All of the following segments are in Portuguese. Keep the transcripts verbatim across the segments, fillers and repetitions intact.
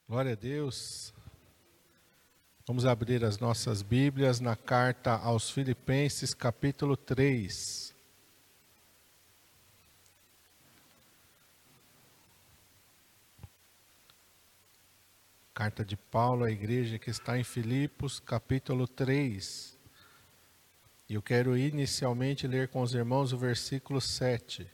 Glória a Deus. Vamos abrir as nossas Bíblias na carta aos Filipenses, capítulo três. Carta de Paulo à igreja que está em Filipos, capítulo três. E eu quero inicialmente ler com os irmãos o versículo sete.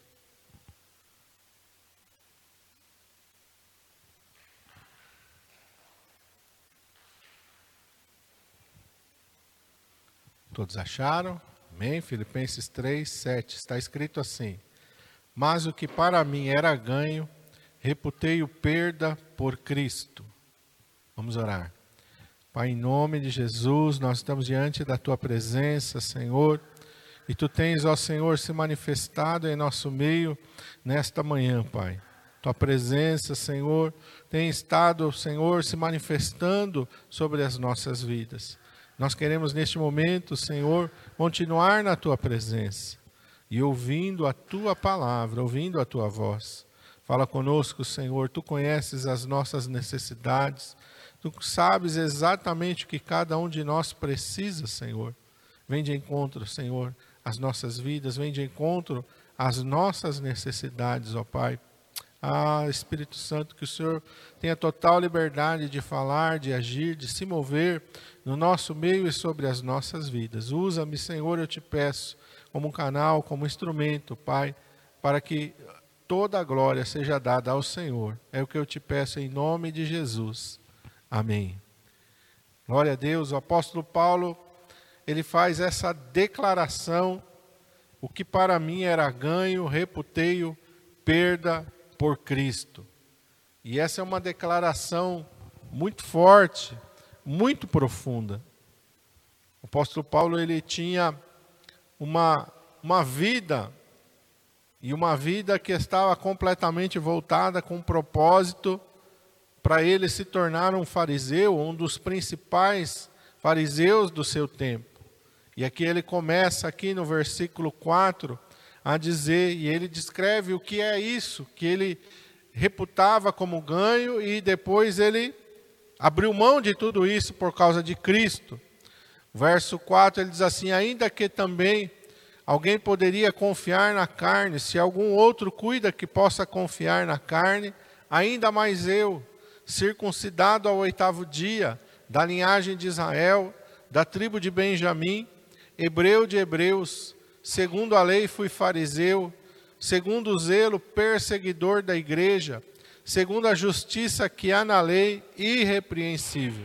Todos acharam? Amém? Filipenses três, sete. Está escrito assim: Mas o que para mim era ganho, reputei-o perda por Cristo. Vamos orar. Pai, em nome de Jesus, nós estamos diante da Tua presença, Senhor. E Tu tens, ó Senhor, se manifestado em nosso meio nesta manhã, Pai. Tua presença, Senhor, tem estado, Senhor, se manifestando sobre as nossas vidas. Nós queremos neste momento, Senhor, continuar na Tua presença e ouvindo a Tua palavra, ouvindo a Tua voz. Fala conosco, Senhor, Tu conheces as nossas necessidades, Tu sabes exatamente o que cada um de nós precisa, Senhor. Vem de encontro, Senhor, às nossas vidas, vem de encontro às nossas necessidades, ó Pai. Ah, Espírito Santo, que o Senhor tenha total liberdade de falar, de agir, de se mover no nosso meio e sobre as nossas vidas. Usa-me, Senhor, eu te peço, como um canal, como instrumento, Pai, para que toda a glória seja dada ao Senhor. É o que eu te peço em nome de Jesus. Amém. Glória a Deus. O apóstolo Paulo, ele faz essa declaração: o que para mim era ganho, reputei-o perda por Cristo. E essa é uma declaração muito forte, muito profunda. O apóstolo Paulo, ele tinha uma, uma vida, e uma vida que estava completamente voltada com um propósito para ele se tornar um fariseu, um dos principais fariseus do seu tempo. E aqui ele começa aqui no versículo quatro a dizer, e ele descreve o que é isso, que ele reputava como ganho e depois ele abriu mão de tudo isso por causa de Cristo. Verso quatro ele diz assim: ainda que também alguém poderia confiar na carne, se algum outro cuida que possa confiar na carne, ainda mais eu, circuncidado ao oitavo dia, da linhagem de Israel, da tribo de Benjamim, hebreu de hebreus, segundo a lei fui fariseu, segundo o zelo perseguidor da igreja, segundo a justiça que há na lei, irrepreensível.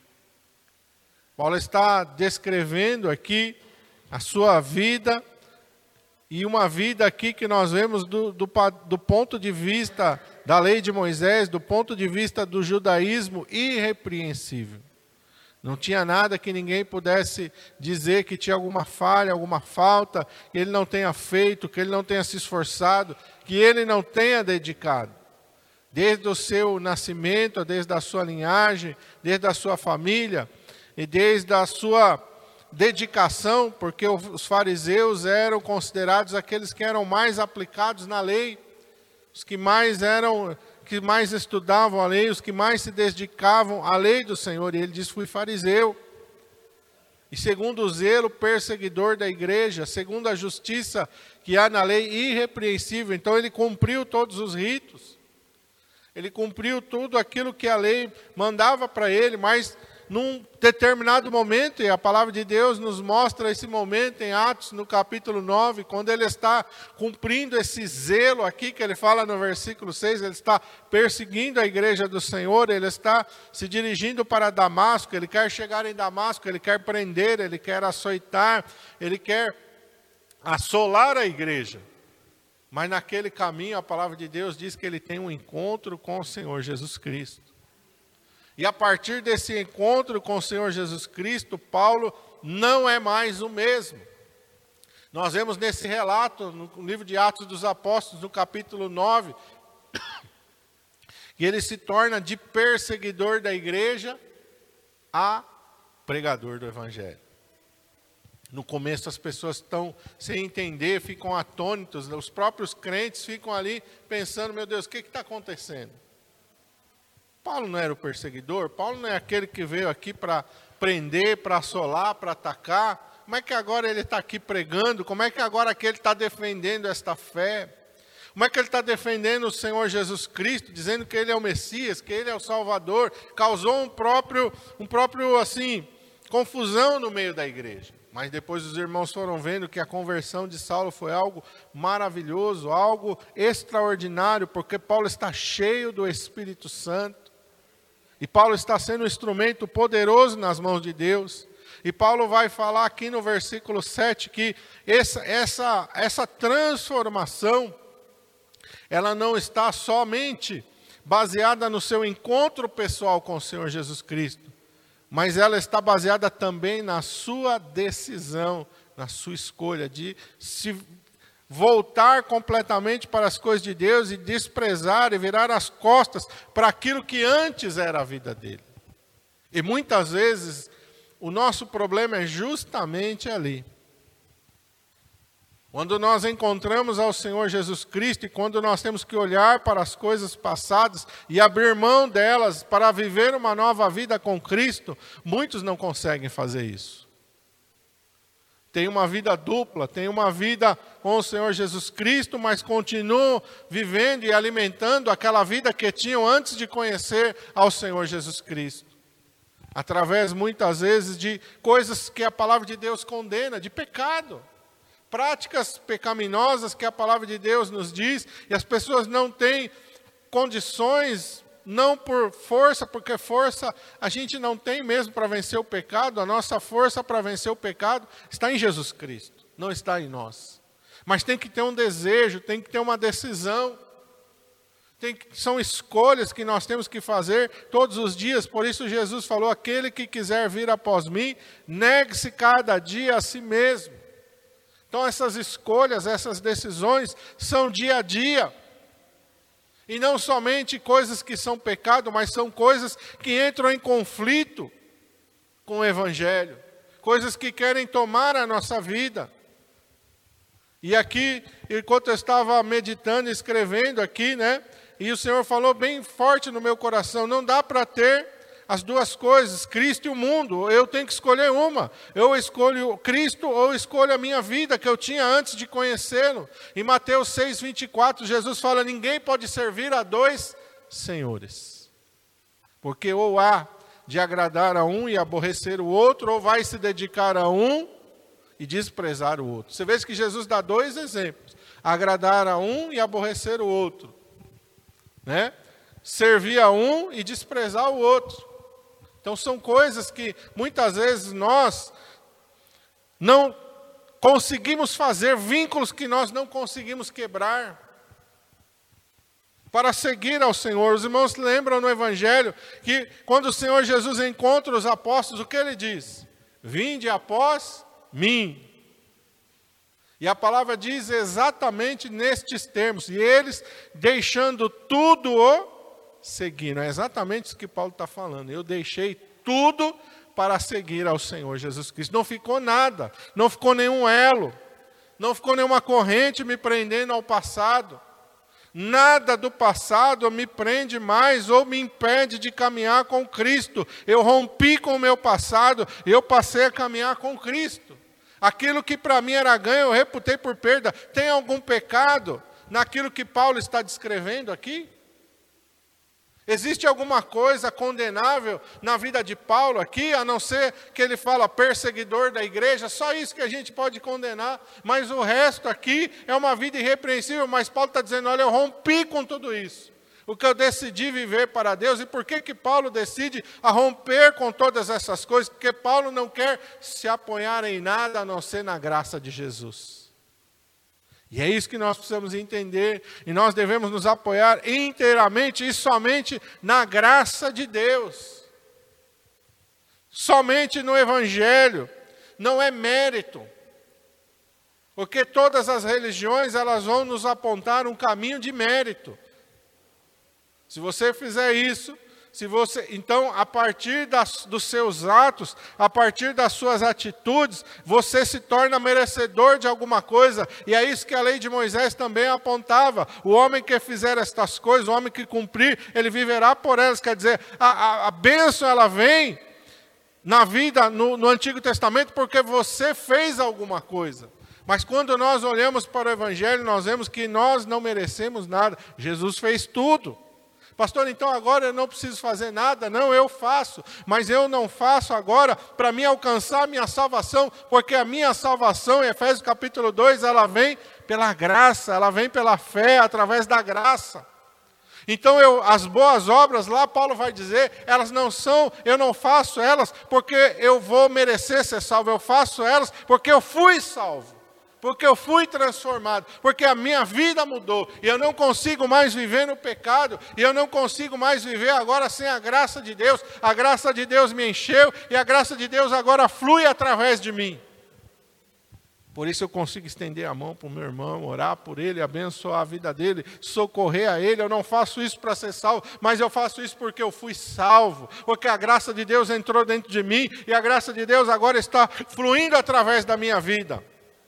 Paulo está descrevendo aqui a sua vida, e uma vida aqui que nós vemos do, do, do ponto de vista da lei de Moisés, do ponto de vista do judaísmo, irrepreensível. Não tinha nada que ninguém pudesse dizer que tinha alguma falha, alguma falta, que ele não tenha feito, que ele não tenha se esforçado, que ele não tenha dedicado. Desde o seu nascimento, desde a sua linhagem, desde a sua família e desde a sua dedicação, porque os fariseus eram considerados aqueles que eram mais aplicados na lei, os que mais eram... que mais estudavam a lei, os que mais se dedicavam à lei do Senhor. E ele diz: fui fariseu. E segundo o zelo perseguidor da igreja, segundo a justiça que há na lei, irrepreensível. Então ele cumpriu todos os ritos. Ele cumpriu tudo aquilo que a lei mandava para ele, mas num determinado momento, e a palavra de Deus nos mostra esse momento em Atos, no capítulo nove, quando ele está cumprindo esse zelo aqui, que ele fala no versículo seis, ele está perseguindo a igreja do Senhor, ele está se dirigindo para Damasco, ele quer chegar em Damasco, ele quer prender, ele quer açoitar, ele quer assolar a igreja. Mas naquele caminho, a palavra de Deus diz que ele tem um encontro com o Senhor Jesus Cristo. E a partir desse encontro com o Senhor Jesus Cristo, Paulo não é mais o mesmo. Nós vemos nesse relato, no livro de Atos dos Apóstolos, no capítulo nove, que ele se torna de perseguidor da igreja a pregador do Evangelho. No começo as pessoas estão sem entender, ficam atônitos, os próprios crentes ficam ali pensando: meu Deus, o que está acontecendo? Paulo não era o perseguidor? Paulo não é aquele que veio aqui para prender, para assolar, para atacar? Como é que agora ele está aqui pregando? Como é que agora que ele está defendendo esta fé? Como é que ele está defendendo o Senhor Jesus Cristo, dizendo que ele é o Messias, que ele é o Salvador? Causou um próprio, um próprio assim, confusão no meio da igreja. Mas depois os irmãos foram vendo que a conversão de Saulo foi algo maravilhoso, algo extraordinário, porque Paulo está cheio do Espírito Santo. E Paulo está sendo um instrumento poderoso nas mãos de Deus. E Paulo vai falar aqui no versículo sete que essa, essa, essa transformação, ela não está somente baseada no seu encontro pessoal com o Senhor Jesus Cristo, mas ela está baseada também na sua decisão, na sua escolha de se voltar completamente para as coisas de Deus e desprezar e virar as costas para aquilo que antes era a vida dele. E muitas vezes o nosso problema é justamente ali. Quando nós encontramos ao Senhor Jesus Cristo e quando nós temos que olhar para as coisas passadas e abrir mão delas para viver uma nova vida com Cristo, muitos não conseguem fazer isso. Tem uma vida dupla, tem uma vida com o Senhor Jesus Cristo, mas continuam vivendo e alimentando aquela vida que tinham antes de conhecer ao Senhor Jesus Cristo. Através, muitas vezes, de coisas que a palavra de Deus condena, de pecado. Práticas pecaminosas que a palavra de Deus nos diz, e as pessoas não têm condições, não por força, porque força a gente não tem mesmo para vencer o pecado, a nossa força para vencer o pecado está em Jesus Cristo, não está em nós. Mas tem que ter um desejo, tem que ter uma decisão, tem que, são escolhas que nós temos que fazer todos os dias, por isso Jesus falou, aquele que quiser vir após mim, negue-se cada dia a si mesmo. Então essas escolhas, essas decisões são dia a dia. E não somente coisas que são pecado, mas são coisas que entram em conflito com o Evangelho. Coisas que querem tomar a nossa vida. E aqui, enquanto eu estava meditando, escrevendo aqui, né? E o Senhor falou bem forte no meu coração, não dá para ter as duas coisas, Cristo e o mundo, eu tenho que escolher uma. Eu escolho Cristo ou escolho a minha vida que eu tinha antes de conhecê-lo. Em Mateus seis, vinte e quatro, Jesus fala, ninguém pode servir a dois senhores. Porque ou há de agradar a um e aborrecer o outro, ou vai se dedicar a um e desprezar o outro. Você vê que Jesus dá dois exemplos, agradar a um e aborrecer o outro. Né? Servir a um e desprezar o outro. Então são coisas que muitas vezes nós não conseguimos fazer, vínculos que nós não conseguimos quebrar para seguir ao Senhor. Os irmãos lembram no Evangelho que quando o Senhor Jesus encontra os apóstolos, o que ele diz? Vinde após mim. E a palavra diz exatamente nestes termos, e eles deixando tudo o seguindo. É exatamente isso que Paulo está falando. Eu deixei tudo para seguir ao Senhor Jesus Cristo. Não ficou nada, não ficou nenhum elo, não ficou nenhuma corrente me prendendo ao passado. Nada do passado me prende mais ou me impede de caminhar com Cristo. Eu rompi com o meu passado e eu passei a caminhar com Cristo. Aquilo que para mim era ganho, eu reputei por perda. Tem algum pecado naquilo que Paulo está descrevendo aqui? Existe alguma coisa condenável na vida de Paulo aqui, a não ser que ele fala perseguidor da igreja? Só isso que a gente pode condenar, mas o resto aqui é uma vida irrepreensível. Mas Paulo está dizendo, olha, eu rompi com tudo isso. O que eu decidi viver para Deus. E por que que Paulo decide a romper com todas essas coisas? Porque Paulo não quer se apoiar em nada a não ser na graça de Jesus. E é isso que nós precisamos entender, e nós devemos nos apoiar inteiramente e somente na graça de Deus. Somente no Evangelho, não é mérito. Porque todas as religiões, elas vão nos apontar um caminho de mérito. Se você fizer isso, Se você, então, a partir das, dos seus atos, a partir das suas atitudes, você se torna merecedor de alguma coisa. E é isso que a lei de Moisés também apontava. O homem que fizer estas coisas, o homem que cumprir, ele viverá por elas. Quer dizer, a, a, a bênção ela vem na vida, no, no Antigo Testamento, porque você fez alguma coisa. Mas quando nós olhamos para o Evangelho, nós vemos que nós não merecemos nada. Jesus fez tudo. Pastor, então agora eu não preciso fazer nada? Não, eu faço. Mas eu não faço agora para me alcançar a minha salvação, porque a minha salvação, em Efésios capítulo dois, ela vem pela graça, ela vem pela fé, através da graça. Então, eu, as boas obras, lá Paulo vai dizer, elas não são, eu não faço elas porque eu vou merecer ser salvo, eu faço elas porque eu fui salvo. Porque eu fui transformado, porque a minha vida mudou, e eu não consigo mais viver no pecado, e eu não consigo mais viver agora sem a graça de Deus. A graça de Deus me encheu, e a graça de Deus agora flui através de mim. Por isso eu consigo estender a mão para o meu irmão, orar por ele, abençoar a vida dele, socorrer a ele. Eu não faço isso para ser salvo, mas eu faço isso porque eu fui salvo, porque a graça de Deus entrou dentro de mim, e a graça de Deus agora está fluindo através da minha vida.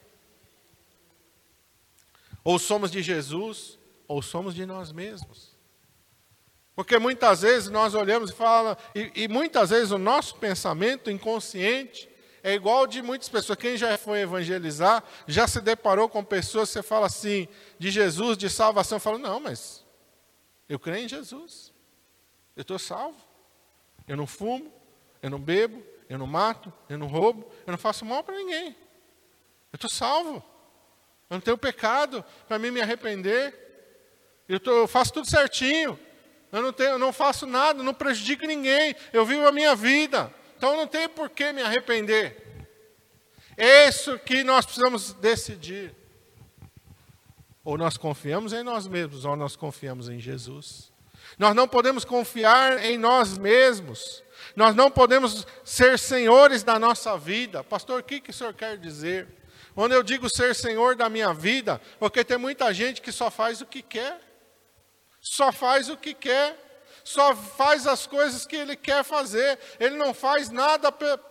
Ou somos de Jesus, ou somos de nós mesmos. Porque muitas vezes nós olhamos e falamos, e, e muitas vezes o nosso pensamento inconsciente é igual ao de muitas pessoas. Quem já foi evangelizar, já se deparou com pessoas, você fala assim, de Jesus, de salvação, fala, não, mas eu creio em Jesus, eu estou salvo, eu não fumo, eu não bebo, eu não mato, eu não roubo, eu não faço mal para ninguém, eu estou salvo. Eu não tenho pecado para mim me arrepender. Eu, tô, eu faço tudo certinho. Eu não, tenho, eu não faço nada, não prejudico ninguém. Eu vivo a minha vida. Então eu não tenho por que me arrepender. É isso que nós precisamos decidir. Ou nós confiamos em nós mesmos, ou nós confiamos em Jesus. Nós não podemos confiar em nós mesmos. Nós não podemos ser senhores da nossa vida. Pastor, o que, que o senhor quer dizer? Quando eu digo ser senhor da minha vida, porque tem muita gente que só faz o que quer, só faz o que quer, só faz as coisas que ele quer fazer, ele não faz nada,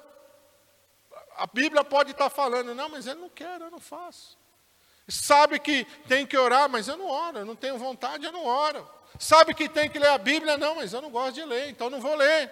a Bíblia pode estar falando, não, mas ele não quer, eu não faço. Sabe que tem que orar, mas eu não oro, eu não tenho vontade, eu não oro. Sabe que tem que ler a Bíblia, não, mas eu não gosto de ler, então não vou ler.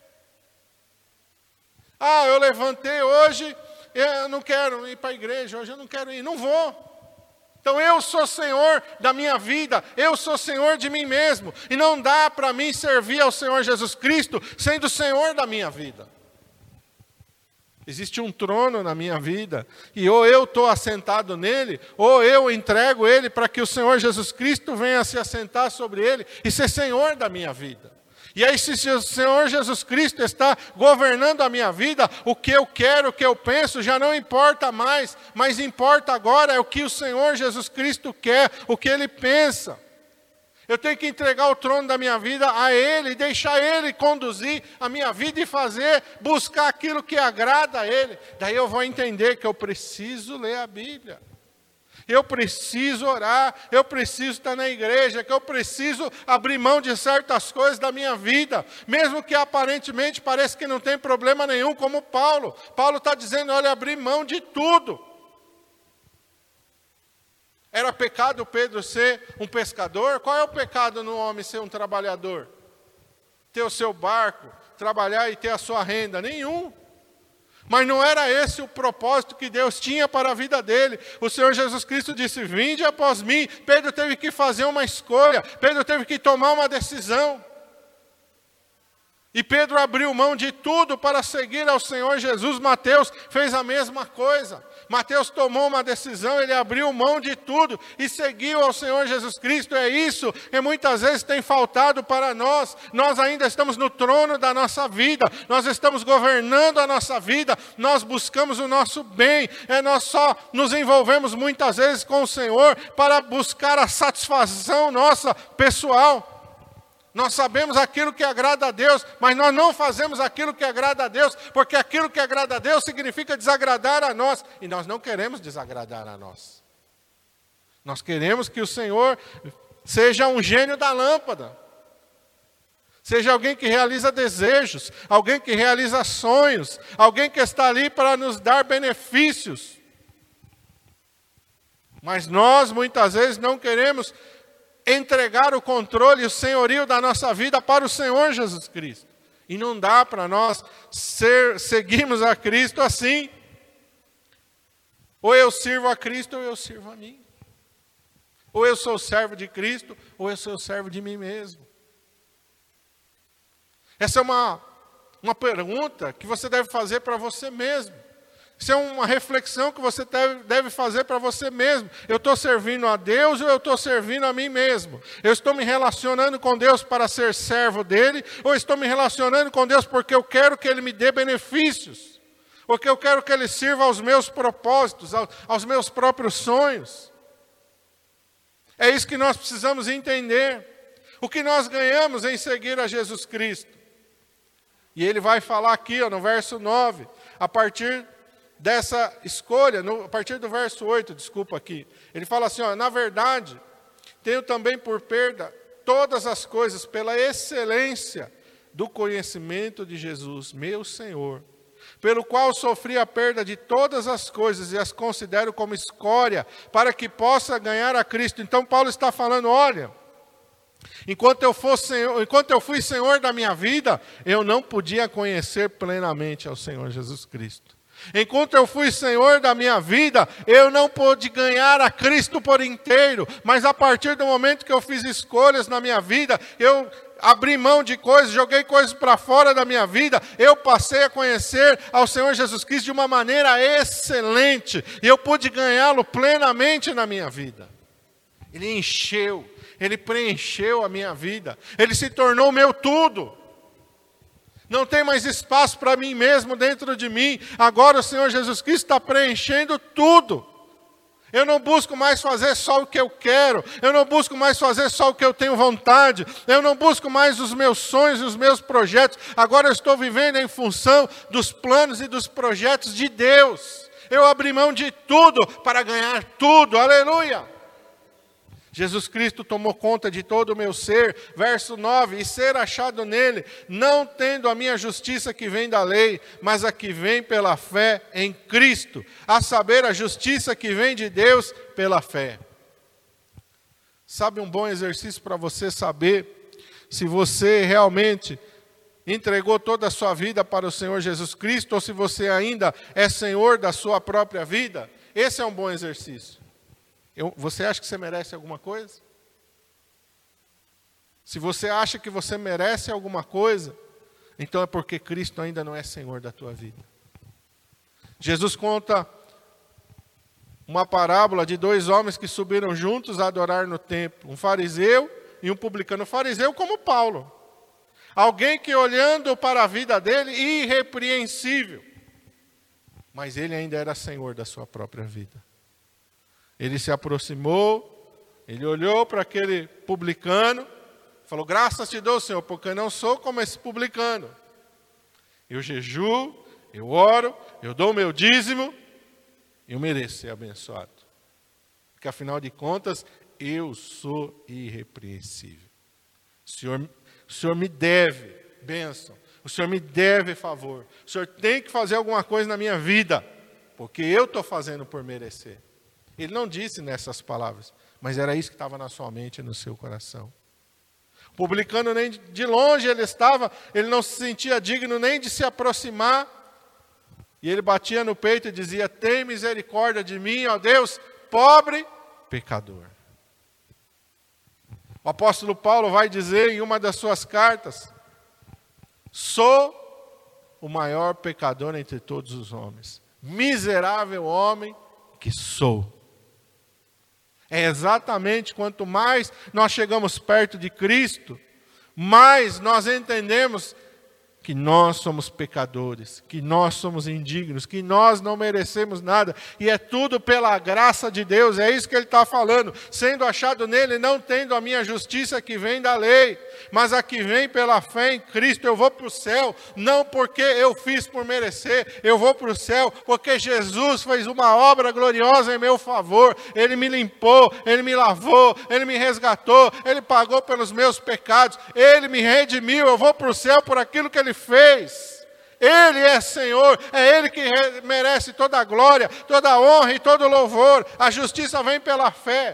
Ah, eu levantei hoje... Eu não quero ir para a igreja, hoje eu não quero ir, não vou. Então eu sou senhor da minha vida, eu sou senhor de mim mesmo. E não dá para mim servir ao Senhor Jesus Cristo sendo senhor da minha vida. Existe um trono na minha vida, e ou eu estou assentado nele, ou eu entrego ele para que o Senhor Jesus Cristo venha se assentar sobre ele e ser senhor da minha vida. E aí, se o Senhor Jesus Cristo está governando a minha vida, o que eu quero, o que eu penso, já não importa mais, mas importa agora é o que o Senhor Jesus Cristo quer, o que Ele pensa. Eu tenho que entregar o trono da minha vida a Ele, deixar Ele conduzir a minha vida e fazer, buscar aquilo que agrada a Ele. Daí eu vou entender que eu preciso ler a Bíblia. Eu preciso orar, eu preciso estar na igreja, que eu preciso abrir mão de certas coisas da minha vida, mesmo que aparentemente pareça que não tem problema nenhum, como Paulo. Paulo está dizendo, olha, abrir mão de tudo. Era pecado Pedro ser um pescador? Qual é o pecado no homem ser um trabalhador? Ter o seu barco, trabalhar e ter a sua renda? Nenhum. Mas não era esse o propósito que Deus tinha para a vida dele. O Senhor Jesus Cristo disse, vinde após mim. Pedro teve que fazer uma escolha. Pedro teve que tomar uma decisão. E Pedro abriu mão de tudo para seguir ao Senhor Jesus. Mateus fez a mesma coisa. Mateus tomou uma decisão, ele abriu mão de tudo e seguiu ao Senhor Jesus Cristo. É isso que muitas vezes tem faltado para nós. Nós ainda estamos no trono da nossa vida, nós estamos governando a nossa vida, nós buscamos o nosso bem, é, nós só nos envolvemos muitas vezes com o Senhor para buscar a satisfação nossa pessoal. Nós sabemos aquilo que agrada a Deus, mas nós não fazemos aquilo que agrada a Deus, porque aquilo que agrada a Deus significa desagradar a nós, e nós não queremos desagradar a nós. Nós queremos que o Senhor seja um gênio da lâmpada, Seja alguém que realiza desejos, alguém que realiza sonhos, alguém que está ali para nos dar benefícios. Mas nós, muitas vezes, não queremos entregar o controle e o senhorio da nossa vida para o Senhor Jesus Cristo. E não dá para nós ser, seguirmos a Cristo assim. Ou eu sirvo a Cristo ou eu sirvo a mim. Ou eu sou servo de Cristo ou eu sou servo de mim mesmo. Essa é uma, uma pergunta que você deve fazer para você mesmo. Isso é uma reflexão que você deve, deve fazer para você mesmo. Eu estou servindo a Deus ou eu estou servindo a mim mesmo? Eu estou me relacionando com Deus para ser servo dEle? Ou estou me relacionando com Deus porque eu quero que Ele me dê benefícios? Porque eu quero que Ele sirva aos meus propósitos, aos, aos meus próprios sonhos? É isso que nós precisamos entender. O que nós ganhamos em seguir a Jesus Cristo? E ele vai falar aqui, ó, no verso nove, a partir dessa escolha, no, a partir do verso oito, desculpa aqui. Ele fala assim, ó, na verdade, tenho também por perda todas as coisas pela excelência do conhecimento de Jesus, meu Senhor, pelo qual sofri a perda de todas as coisas e as considero como escória, para que possa ganhar a Cristo. Então Paulo está falando, olha, enquanto eu, fosse senhor, enquanto eu fui Senhor da minha vida, eu não podia conhecer plenamente ao Senhor Jesus Cristo. Enquanto eu fui Senhor da minha vida, eu não pude ganhar a Cristo por inteiro. Mas a partir do momento que eu fiz escolhas na minha vida, eu abri mão de coisas, joguei coisas para fora da minha vida, eu passei a conhecer ao Senhor Jesus Cristo de uma maneira excelente. E eu pude ganhá-lo plenamente na minha vida. Ele encheu, Ele preencheu a minha vida. Ele se tornou meu tudo. Não tem mais espaço para mim mesmo dentro de mim. Agora o Senhor Jesus Cristo está preenchendo tudo. Eu não busco mais fazer só o que eu quero. Eu não busco mais fazer só o que eu tenho vontade. Eu não busco mais os meus sonhos e os meus projetos. Agora eu estou vivendo em função dos planos e dos projetos de Deus. Eu abri mão de tudo para ganhar tudo. Aleluia! Jesus Cristo tomou conta de todo o meu ser, verso nove, e ser achado nele, não tendo a minha justiça que vem da lei, mas a que vem pela fé em Cristo, a saber, a justiça que vem de Deus pela fé. Sabe um bom exercício para você saber se você realmente entregou toda a sua vida para o Senhor Jesus Cristo, ou se você ainda é Senhor da sua própria vida? Esse é um bom exercício. Eu, você acha que você merece alguma coisa? Se você acha que você merece alguma coisa, então é porque Cristo ainda não é Senhor da tua vida. Jesus conta uma parábola de dois homens que subiram juntos a adorar no templo, um fariseu e um publicano. Um fariseu como Paulo, alguém que olhando para a vida dele, irrepreensível, mas ele ainda era Senhor da sua própria vida. Ele se aproximou, ele olhou para aquele publicano, falou, graças te dou, Senhor, porque eu não sou como esse publicano. Eu jejuo, eu oro, eu dou o meu dízimo, eu mereço ser abençoado. Porque afinal de contas, eu sou irrepreensível. O Senhor, o Senhor me deve bênção, o Senhor me deve favor. O Senhor tem que fazer alguma coisa na minha vida, porque eu estou fazendo por merecer. Ele não disse nessas palavras, mas era isso que estava na sua mente e no seu coração. O publicano nem de longe ele estava, ele não se sentia digno nem de se aproximar. E ele batia no peito e dizia, tem misericórdia de mim, ó Deus, pobre pecador. O apóstolo Paulo vai dizer em uma das suas cartas, sou o maior pecador entre todos os homens. Miserável homem que sou. É exatamente quanto mais nós chegamos perto de Cristo, mais nós entendemos que nós somos pecadores, que nós somos indignos, que nós não merecemos nada, e é tudo pela graça de Deus, é isso que ele está falando, sendo achado nele, não tendo a minha justiça que vem da lei, mas a que vem pela fé em Cristo. Eu vou para o céu, não porque eu fiz por merecer, eu vou para o céu, porque Jesus fez uma obra gloriosa em meu favor, Ele me limpou, Ele me lavou, Ele me resgatou, Ele pagou pelos meus pecados, Ele me redimiu, eu vou para o céu por aquilo que Ele fez. Ele é Senhor, é Ele que merece toda a glória, toda a honra e todo o louvor. A justiça vem pela fé.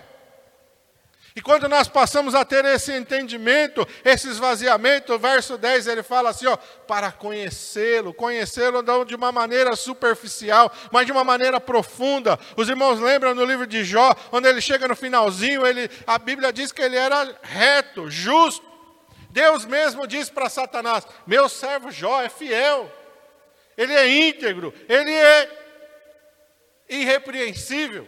E quando nós passamos a ter esse entendimento, esse esvaziamento, verso dez, ele fala assim, ó, para conhecê-lo, conhecê-lo não de uma maneira superficial, mas de uma maneira profunda. Os irmãos lembram no livro de Jó, onde ele chega no finalzinho, ele, a Bíblia diz que ele era reto, justo. Deus mesmo diz para Satanás, meu servo Jó é fiel, ele é íntegro, ele é irrepreensível.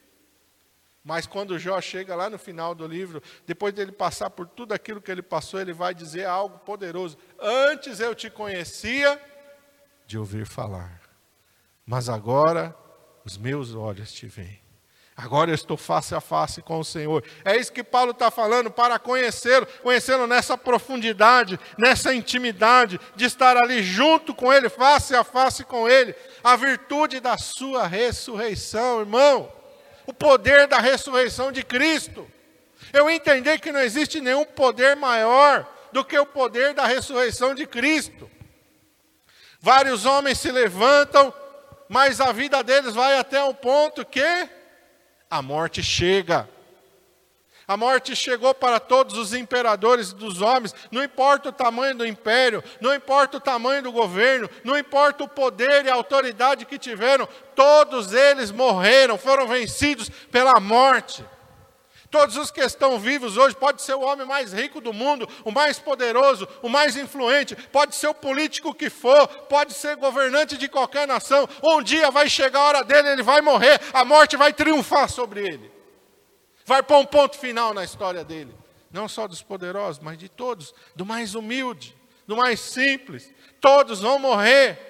Mas quando Jó chega lá no final do livro, depois dele passar por tudo aquilo que ele passou, ele vai dizer algo poderoso. Antes eu te conhecia de ouvir falar, mas agora os meus olhos te veem. Agora eu estou face a face com o Senhor. É isso que Paulo está falando, para conhecê-lo, conhecê-lo nessa profundidade, nessa intimidade, de estar ali junto com Ele, face a face com Ele. A virtude da sua ressurreição, irmão. O poder da ressurreição de Cristo. Eu entendi que não existe nenhum poder maior do que o poder da ressurreição de Cristo. Vários homens se levantam, mas a vida deles vai até um ponto que a morte chega. A morte chegou para todos os imperadores dos homens, não importa o tamanho do império, não importa o tamanho do governo, não importa o poder e a autoridade que tiveram, todos eles morreram, foram vencidos pela morte. Todos os que estão vivos hoje, pode ser o homem mais rico do mundo, o mais poderoso, o mais influente, pode ser o político que for, pode ser governante de qualquer nação, um dia vai chegar a hora dele, ele vai morrer, a morte vai triunfar sobre ele. Vai pôr um ponto final na história dele. Não só dos poderosos, mas de todos. Do mais humilde, do mais simples. Todos vão morrer.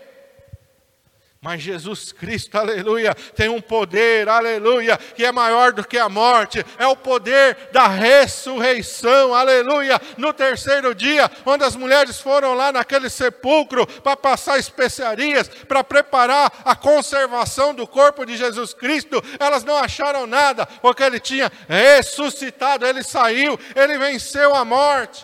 Mas Jesus Cristo, aleluia, tem um poder, aleluia, que é maior do que a morte. É o poder da ressurreição, aleluia. No terceiro dia, quando as mulheres foram lá naquele sepulcro para passar especiarias, para preparar a conservação do corpo de Jesus Cristo, elas não acharam nada, porque ele tinha ressuscitado, ele saiu, ele venceu a morte.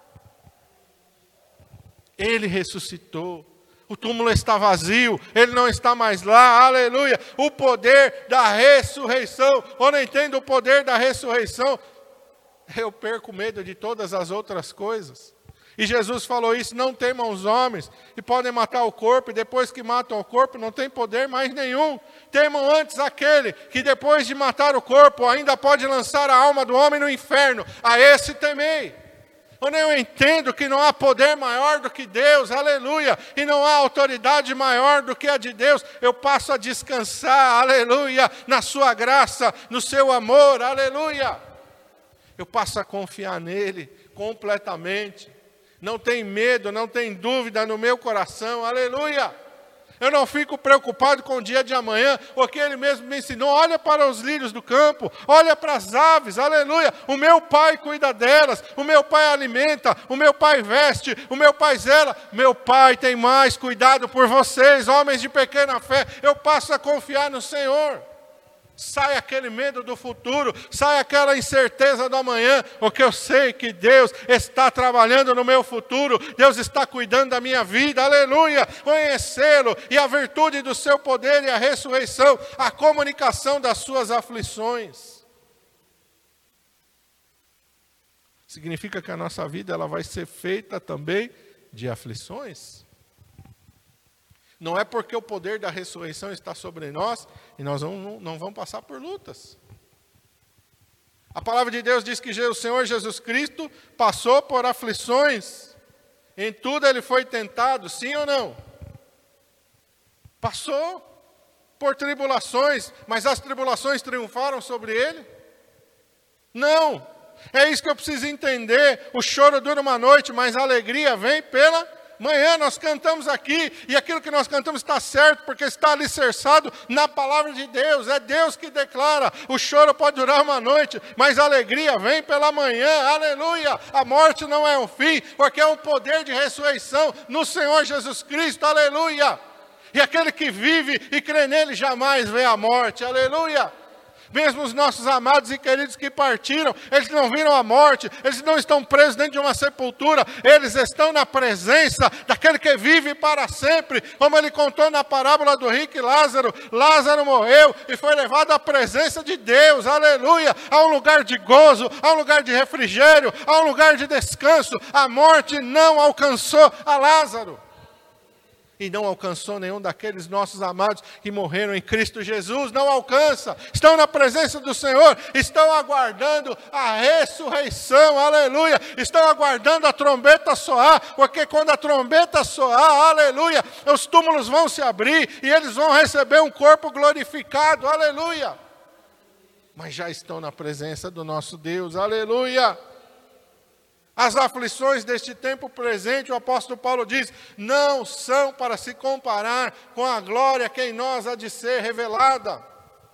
Ele ressuscitou. O túmulo está vazio, ele não está mais lá, aleluia. O poder da ressurreição. Quando eu entendo o poder da ressurreição, eu perco medo de todas as outras coisas. E Jesus falou isso, não temam os homens, que podem matar o corpo, e depois que matam o corpo, não tem poder mais nenhum. Temam antes aquele que depois de matar o corpo, ainda pode lançar a alma do homem no inferno. A esse temei. Quando eu entendo que não há poder maior do que Deus, aleluia, e não há autoridade maior do que a de Deus, eu passo a descansar, aleluia, na sua graça, no seu amor, aleluia. Eu passo a confiar nele completamente. Não tem medo, não tem dúvida no meu coração, aleluia. Eu não fico preocupado com o dia de amanhã, porque Ele mesmo me ensinou, olha para os lírios do campo, olha para as aves, aleluia, o meu Pai cuida delas, o meu Pai alimenta, o meu Pai veste, o meu Pai zela, meu Pai tem mais cuidado por vocês, homens de pequena fé, eu passo a confiar no Senhor. Sai aquele medo do futuro, sai aquela incerteza do amanhã, porque eu sei que Deus está trabalhando no meu futuro, Deus está cuidando da minha vida, aleluia, conhecê-lo e a virtude do seu poder e a ressurreição, a comunicação das suas aflições. Significa que a nossa vida ela vai ser feita também de aflições? Não é porque o poder da ressurreição está sobre nós e nós não, não, não vamos passar por lutas. A palavra de Deus diz que o Senhor Jesus Cristo passou por aflições. Em tudo ele foi tentado, sim ou não? Passou por tribulações, mas as tribulações triunfaram sobre ele? Não. É isso que eu preciso entender. O choro dura uma noite, mas a alegria vem pela Manhã nós cantamos aqui, e aquilo que nós cantamos está certo, porque está alicerçado na palavra de Deus. É Deus que declara: o choro pode durar uma noite, mas a alegria vem pela manhã. Aleluia! A morte não é um fim, porque é um poder de ressurreição no Senhor Jesus Cristo. Aleluia! E aquele que vive e crê nele jamais vê a morte. Aleluia! Mesmo os nossos amados e queridos que partiram, eles não viram a morte, eles não estão presos dentro de uma sepultura, eles estão na presença daquele que vive para sempre. Como ele contou na parábola do rico e Lázaro, Lázaro morreu e foi levado à presença de Deus, aleluia, a um lugar de gozo, a um lugar de refrigério, a um lugar de descanso. A morte não alcançou a Lázaro. E não alcançou nenhum daqueles nossos amados que morreram em Cristo Jesus. Não alcança. Estão na presença do Senhor. Estão aguardando a ressurreição. Aleluia. Estão aguardando a trombeta soar. Porque quando a trombeta soar, aleluia, os túmulos vão se abrir e eles vão receber um corpo glorificado. Aleluia. Mas já estão na presença do nosso Deus. Aleluia. As aflições deste tempo presente, o apóstolo Paulo diz, não são para se comparar com a glória que em nós há de ser revelada.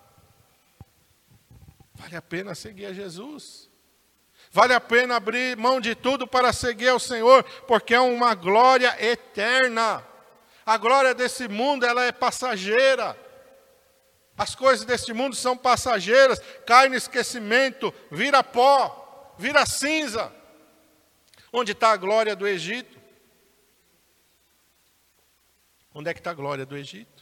Vale a pena seguir a Jesus. Vale a pena abrir mão de tudo para seguir ao Senhor, porque é uma glória eterna. A glória desse mundo, ela é passageira. As coisas deste mundo são passageiras, cai no esquecimento, vira pó, vira cinza. Onde está a glória do Egito? Onde é que está a glória do Egito?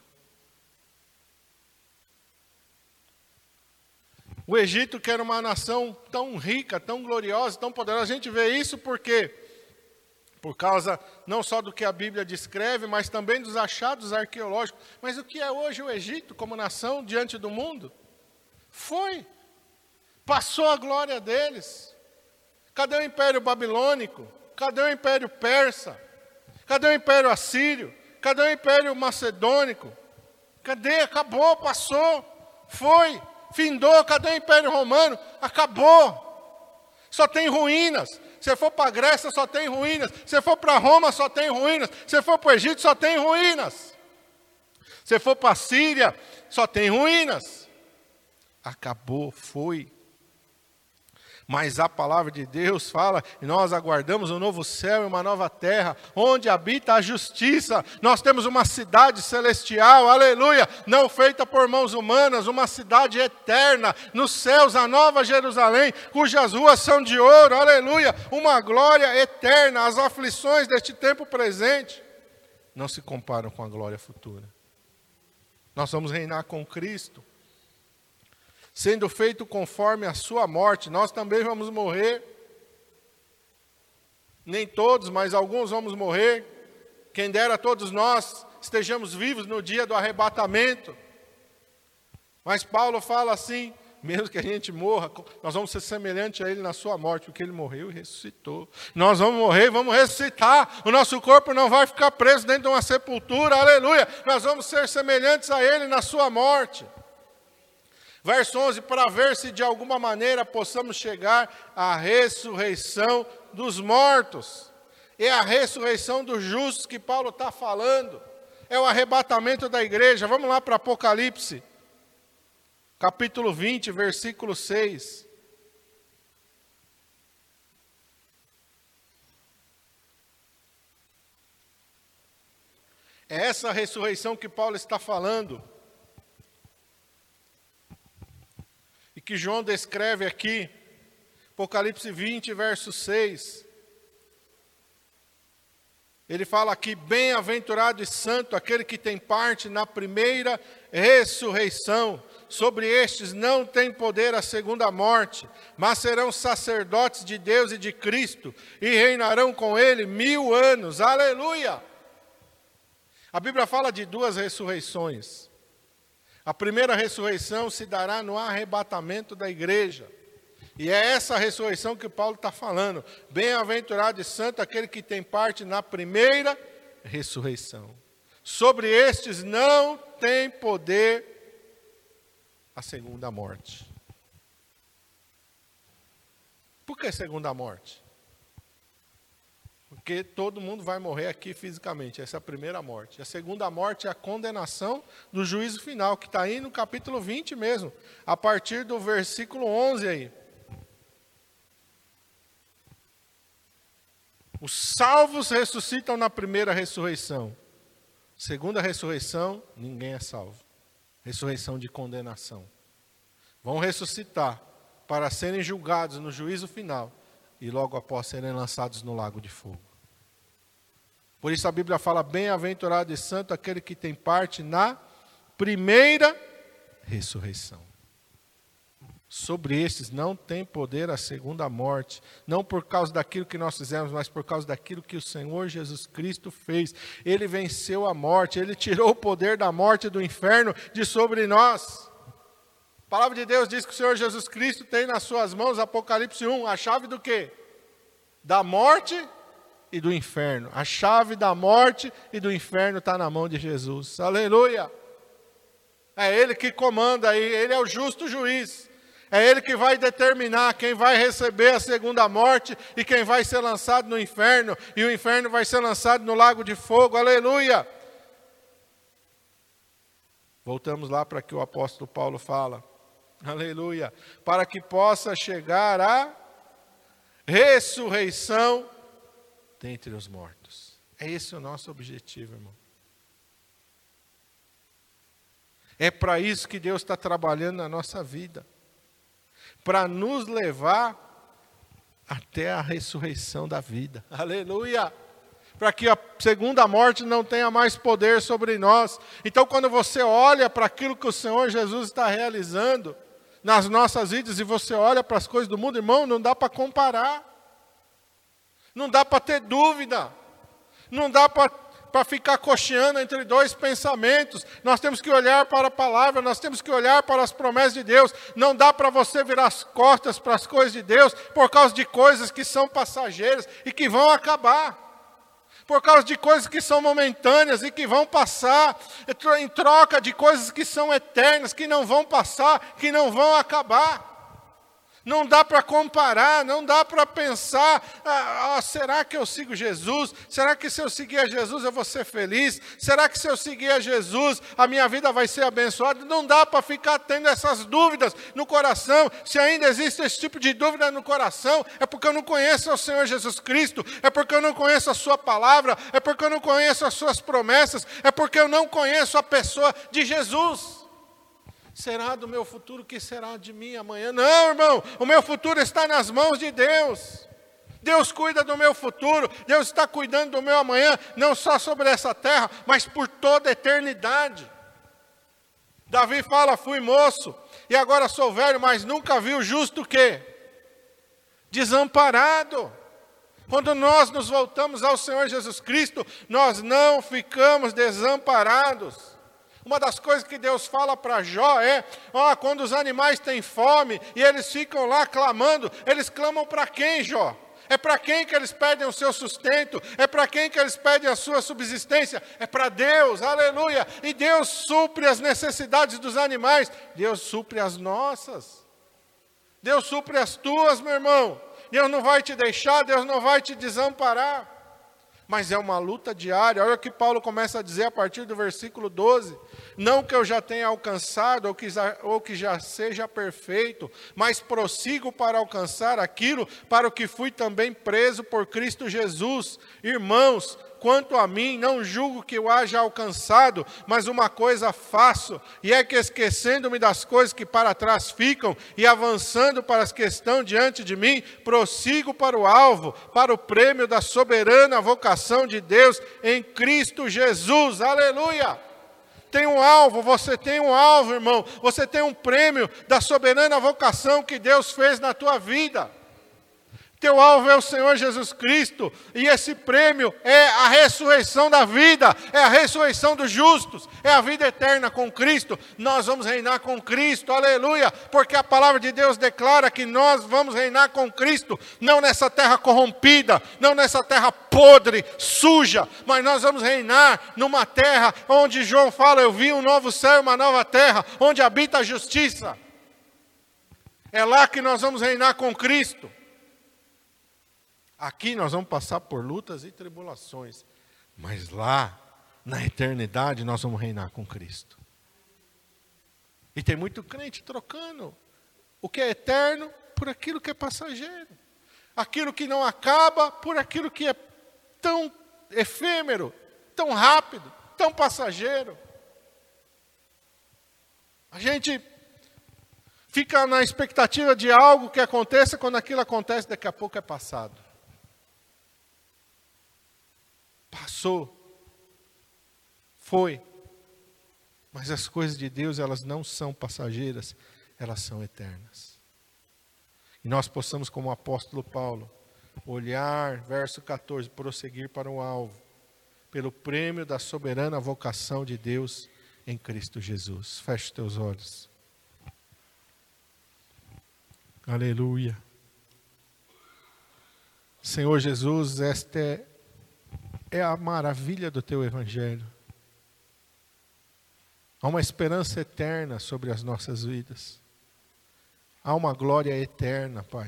O Egito, que era uma nação tão rica, tão gloriosa, tão poderosa. A gente vê isso porque, por causa não só do que a Bíblia descreve, mas também dos achados arqueológicos. Mas o que é hoje o Egito como nação diante do mundo? Foi. Passou a glória deles. Cadê o Império Babilônico? Cadê o Império Persa? Cadê o Império Assírio? Cadê o Império Macedônico? Cadê? Acabou, passou, foi, findou. Cadê o Império Romano? Acabou. Só tem ruínas. Se for para a Grécia, só tem ruínas. Se for para Roma, só tem ruínas. Se for para o Egito, só tem ruínas. Se for para a Síria, só tem ruínas. Acabou, foi. Mas a palavra de Deus fala, e nós aguardamos um novo céu e uma nova terra, onde habita a justiça. Nós temos uma cidade celestial, aleluia, não feita por mãos humanas, uma cidade eterna, nos céus, a nova Jerusalém, cujas ruas são de ouro, aleluia, uma glória eterna. As aflições deste tempo presente não se comparam com a glória futura. Nós vamos reinar com Cristo. Sendo feito conforme a sua morte, nós também vamos morrer. Nem todos, mas alguns vamos morrer. Quem dera todos nós estejamos vivos no dia do arrebatamento. Mas Paulo fala assim, mesmo que a gente morra, nós vamos ser semelhantes a ele na sua morte, porque ele morreu e ressuscitou. Nós vamos morrer e vamos ressuscitar. O nosso corpo não vai ficar preso dentro de uma sepultura, aleluia. Nós vamos ser semelhantes a ele na sua morte. Verso onze, para ver se de alguma maneira possamos chegar à ressurreição dos mortos. É a ressurreição dos justos que Paulo está falando. É o arrebatamento da igreja. Vamos lá para Apocalipse, capítulo vinte, versículo seis. É essa ressurreição que Paulo está falando. E que João descreve aqui, Apocalipse vinte, verso seis. Ele fala aqui, bem-aventurado e santo aquele que tem parte na primeira ressurreição. Sobre estes não tem poder a segunda morte, mas serão sacerdotes de Deus e de Cristo, e reinarão com ele mil anos. Aleluia! A Bíblia fala de duas ressurreições. A primeira ressurreição se dará no arrebatamento da igreja. E é essa ressurreição que Paulo está falando. Bem-aventurado e santo aquele que tem parte na primeira ressurreição. Sobre estes não tem poder a segunda morte. Por que segunda morte? Porque todo mundo vai morrer aqui fisicamente, essa é a primeira morte. A segunda morte é a condenação do juízo final, que está aí no capítulo vinte mesmo, a partir do versículo onze aí. Os salvos ressuscitam na primeira ressurreição. Segunda ressurreição, ninguém é salvo. Ressurreição de condenação. Vão ressuscitar para serem julgados no juízo final e logo após serem lançados no lago de fogo. Por isso a Bíblia fala: bem-aventurado e santo aquele que tem parte na primeira ressurreição. Sobre estes não tem poder a segunda morte, não por causa daquilo que nós fizemos, mas por causa daquilo que o Senhor Jesus Cristo fez. Ele venceu a morte, Ele tirou o poder da morte e do inferno de sobre nós. A palavra de Deus diz que o Senhor Jesus Cristo tem nas suas mãos, Apocalipse um, a chave do quê? Da morte e do inferno. A chave da morte e do inferno está na mão de Jesus. Aleluia! É Ele que comanda aí, Ele é o justo juiz. É Ele que vai determinar quem vai receber a segunda morte e quem vai ser lançado no inferno. E o inferno vai ser lançado no lago de fogo. Aleluia! Voltamos lá para que o apóstolo Paulo fala. Aleluia! Para que possa chegar a ressurreição dentre os mortos. É esse o nosso objetivo, irmão. É para isso que Deus está trabalhando na nossa vida. Para nos levar até a ressurreição da vida. Aleluia! Para que a segunda morte não tenha mais poder sobre nós. Então, quando você olha para aquilo que o Senhor Jesus está realizando nas nossas vidas, e você olha para as coisas do mundo, irmão, não dá para comparar. Não dá para ter dúvida. Não dá para para ficar cocheando entre dois pensamentos. Nós temos que olhar para a palavra, nós temos que olhar para as promessas de Deus. Não dá para você virar as costas para as coisas de Deus por causa de coisas que são passageiras e que vão acabar. Por causa de coisas que são momentâneas e que vão passar, em troca de coisas que são eternas, que não vão passar, que não vão acabar. Não dá para comparar, não dá para pensar, ah, ah, será que eu sigo Jesus? Será que se eu seguir a Jesus eu vou ser feliz? Será que se eu seguir a Jesus a minha vida vai ser abençoada? Não dá para ficar tendo essas dúvidas no coração. Se ainda existe esse tipo de dúvida no coração, é porque eu não conheço o Senhor Jesus Cristo, é porque eu não conheço a sua palavra, é porque eu não conheço as suas promessas, é porque eu não conheço a pessoa de Jesus. Será do meu futuro? O que será de mim amanhã? Não, irmão, o meu futuro está nas mãos de Deus. Deus cuida do meu futuro, Deus está cuidando do meu amanhã, não só sobre essa terra, mas por toda a eternidade. Davi fala: fui moço e agora sou velho, mas nunca vi o justo o quê? Desamparado. Quando nós nos voltamos ao Senhor Jesus Cristo, nós não ficamos desamparados. Uma das coisas que Deus fala para Jó é, ó, quando os animais têm fome e eles ficam lá clamando, eles clamam para quem, Jó? É para quem que eles pedem o seu sustento? É para quem que eles pedem a sua subsistência? É para Deus, aleluia! E Deus supre as necessidades dos animais, Deus supre as nossas. Deus supre as tuas, meu irmão. Deus não vai te deixar, Deus não vai te desamparar. Mas é uma luta diária. Olha o que Paulo começa a dizer a partir do versículo doze. Não que eu já tenha alcançado, ou que, já, ou que já seja perfeito, mas prossigo para alcançar aquilo para o que fui também preso por Cristo Jesus. Irmãos, quanto a mim, não julgo que eu haja alcançado, mas uma coisa faço, e é que esquecendo-me das coisas que para trás ficam, e avançando para as que estão diante de mim, prossigo para o alvo, para o prêmio da soberana vocação de Deus em Cristo Jesus. Aleluia! Tem um alvo, você tem um alvo, irmão, você tem um prêmio da soberana vocação que Deus fez na tua vida. Teu alvo é o Senhor Jesus Cristo, e esse prêmio é a ressurreição da vida, é a ressurreição dos justos, é a vida eterna com Cristo. Nós vamos reinar com Cristo, aleluia, porque a palavra de Deus declara que nós vamos reinar com Cristo, não nessa terra corrompida, não nessa terra podre, suja, mas nós vamos reinar numa terra onde João fala, eu vi um novo céu e uma nova terra, onde habita a justiça. É lá que nós vamos reinar com Cristo. Aqui nós vamos passar por lutas e tribulações, mas lá, na eternidade, nós vamos reinar com Cristo. E tem muito crente trocando o que é eterno por aquilo que é passageiro. Aquilo que não acaba por aquilo que é tão efêmero, tão rápido, tão passageiro. A gente fica na expectativa de algo que aconteça, quando aquilo acontece, daqui a pouco é passado. Passou. Foi. Mas as coisas de Deus, elas não são passageiras, elas são eternas. E nós possamos, como o apóstolo Paulo, olhar, verso quatorze, prosseguir para o alvo, pelo prêmio da soberana vocação de Deus em Cristo Jesus. Feche os teus olhos. Aleluia. Senhor Jesus, esta é, é a maravilha do teu evangelho. Há uma esperança eterna sobre as nossas vidas. Há uma glória eterna, Pai.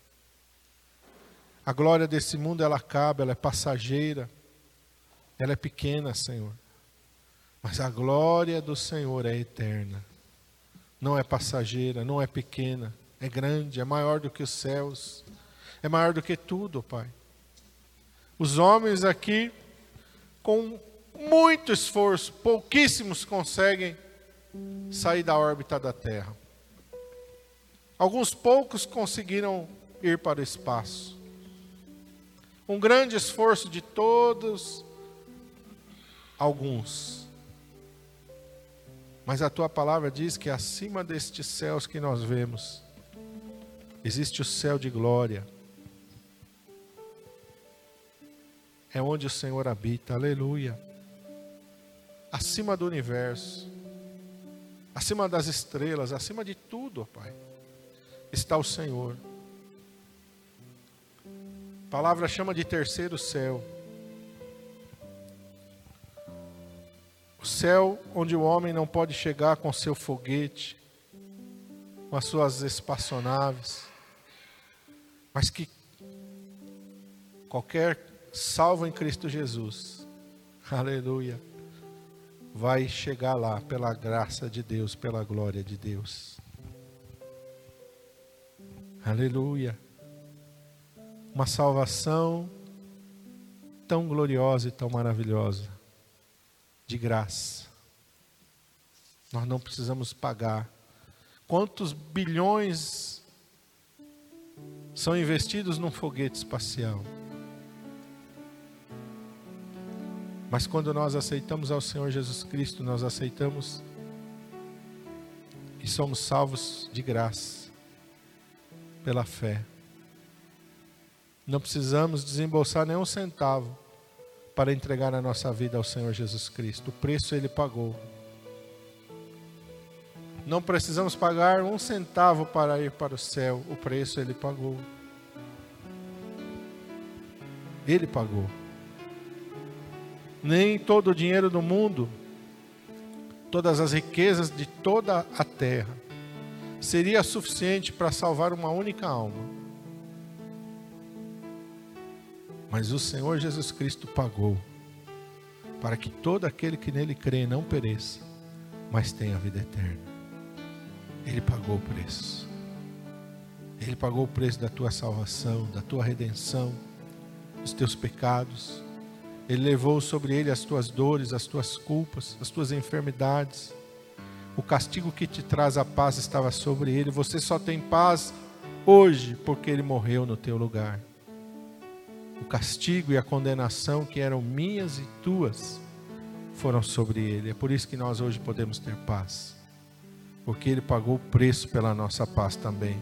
A glória desse mundo, ela acaba, ela é passageira. Ela é pequena, Senhor. Mas a glória do Senhor é eterna. Não é passageira, não é pequena. É grande, é maior do que os céus. É maior do que tudo, Pai. Os homens aqui, com muito esforço, pouquíssimos conseguem sair da órbita da Terra. Alguns poucos conseguiram ir para o espaço. Um grande esforço de todos, alguns. Mas a tua palavra diz que acima destes céus que nós vemos, existe o céu de glória. É onde o Senhor habita, aleluia. Acima do universo, acima das estrelas, acima de tudo, ó Pai, está o Senhor. A palavra chama de terceiro céu. O céu onde o homem não pode chegar com seu foguete, com as suas espaçonaves, mas que qualquer salvo em Cristo Jesus, aleluia, vai chegar lá pela graça de Deus, pela glória de Deus. Aleluia. Uma salvação tão gloriosa e tão maravilhosa, de graça. Nós não precisamos pagar. Quantos bilhões são investidos num foguete espacial? Mas quando nós aceitamos ao Senhor Jesus Cristo, nós aceitamos e somos salvos de graça, pela fé. Não precisamos desembolsar nenhum centavo para entregar a nossa vida ao Senhor Jesus Cristo. O preço Ele pagou. Não precisamos pagar um centavo para ir para o céu. O preço Ele pagou. Ele pagou. Nem todo o dinheiro do mundo, todas as riquezas de toda a terra, seria suficiente para salvar uma única alma. Mas o Senhor Jesus Cristo pagou, para que todo aquele que nele crê não pereça, mas tenha a vida eterna. Ele pagou o preço. Ele pagou o preço da tua salvação, da tua redenção, dos teus pecados. Ele levou sobre ele as tuas dores, as tuas culpas, as tuas enfermidades. O castigo que te traz a paz estava sobre ele. Você só tem paz hoje porque ele morreu no teu lugar. O castigo e a condenação que eram minhas e tuas foram sobre ele. É por isso que nós hoje podemos ter paz. Porque ele pagou o preço pela nossa paz também.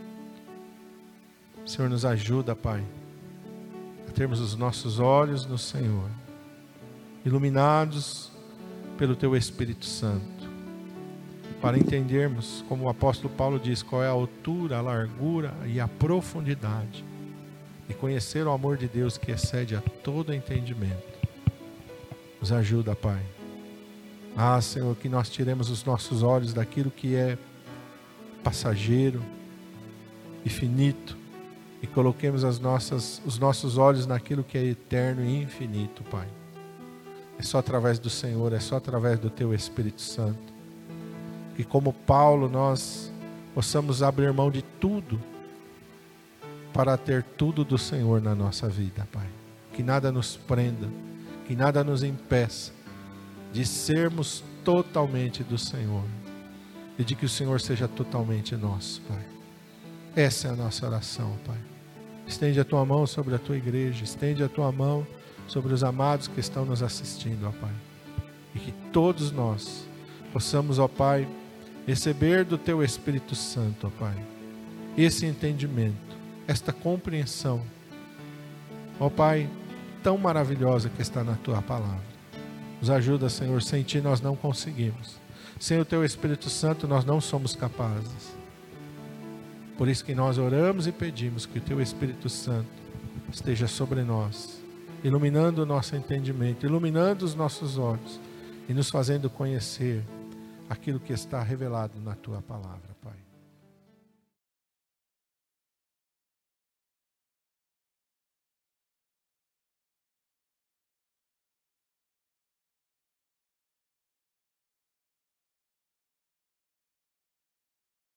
O Senhor nos ajuda, Pai, a termos os nossos olhos no Senhor, iluminados pelo Teu Espírito Santo, para entendermos, como o apóstolo Paulo diz, qual é a altura, a largura e a profundidade, e conhecer o amor de Deus que excede a todo entendimento. Nos ajuda, Pai. Ah, Senhor, que nós tiremos os nossos olhos daquilo que é passageiro e finito, e coloquemos as nossas, os nossos olhos naquilo que é eterno e infinito, Pai. É só através do Senhor, é só através do Teu Espírito Santo, que como Paulo nós possamos abrir mão de tudo para ter tudo do Senhor na nossa vida, Pai. Que nada nos prenda, que nada nos impeça de sermos totalmente do Senhor e de que o Senhor seja totalmente nosso, Pai. Essa é a nossa oração, Pai. Estende a Tua mão sobre a Tua igreja, estende a Tua mão sobre os amados que estão nos assistindo, ó Pai. E que todos nós possamos, ó Pai, receber do Teu Espírito Santo, ó Pai, esse entendimento, esta compreensão, ó Pai, tão maravilhosa que está na Tua palavra. Nos ajuda, Senhor, sem Ti nós não conseguimos. Sem o Teu Espírito Santo nós não somos capazes. Por isso que nós oramos e pedimos que o Teu Espírito Santo esteja sobre nós, iluminando o nosso entendimento, iluminando os nossos olhos e nos fazendo conhecer aquilo que está revelado na Tua palavra, Pai.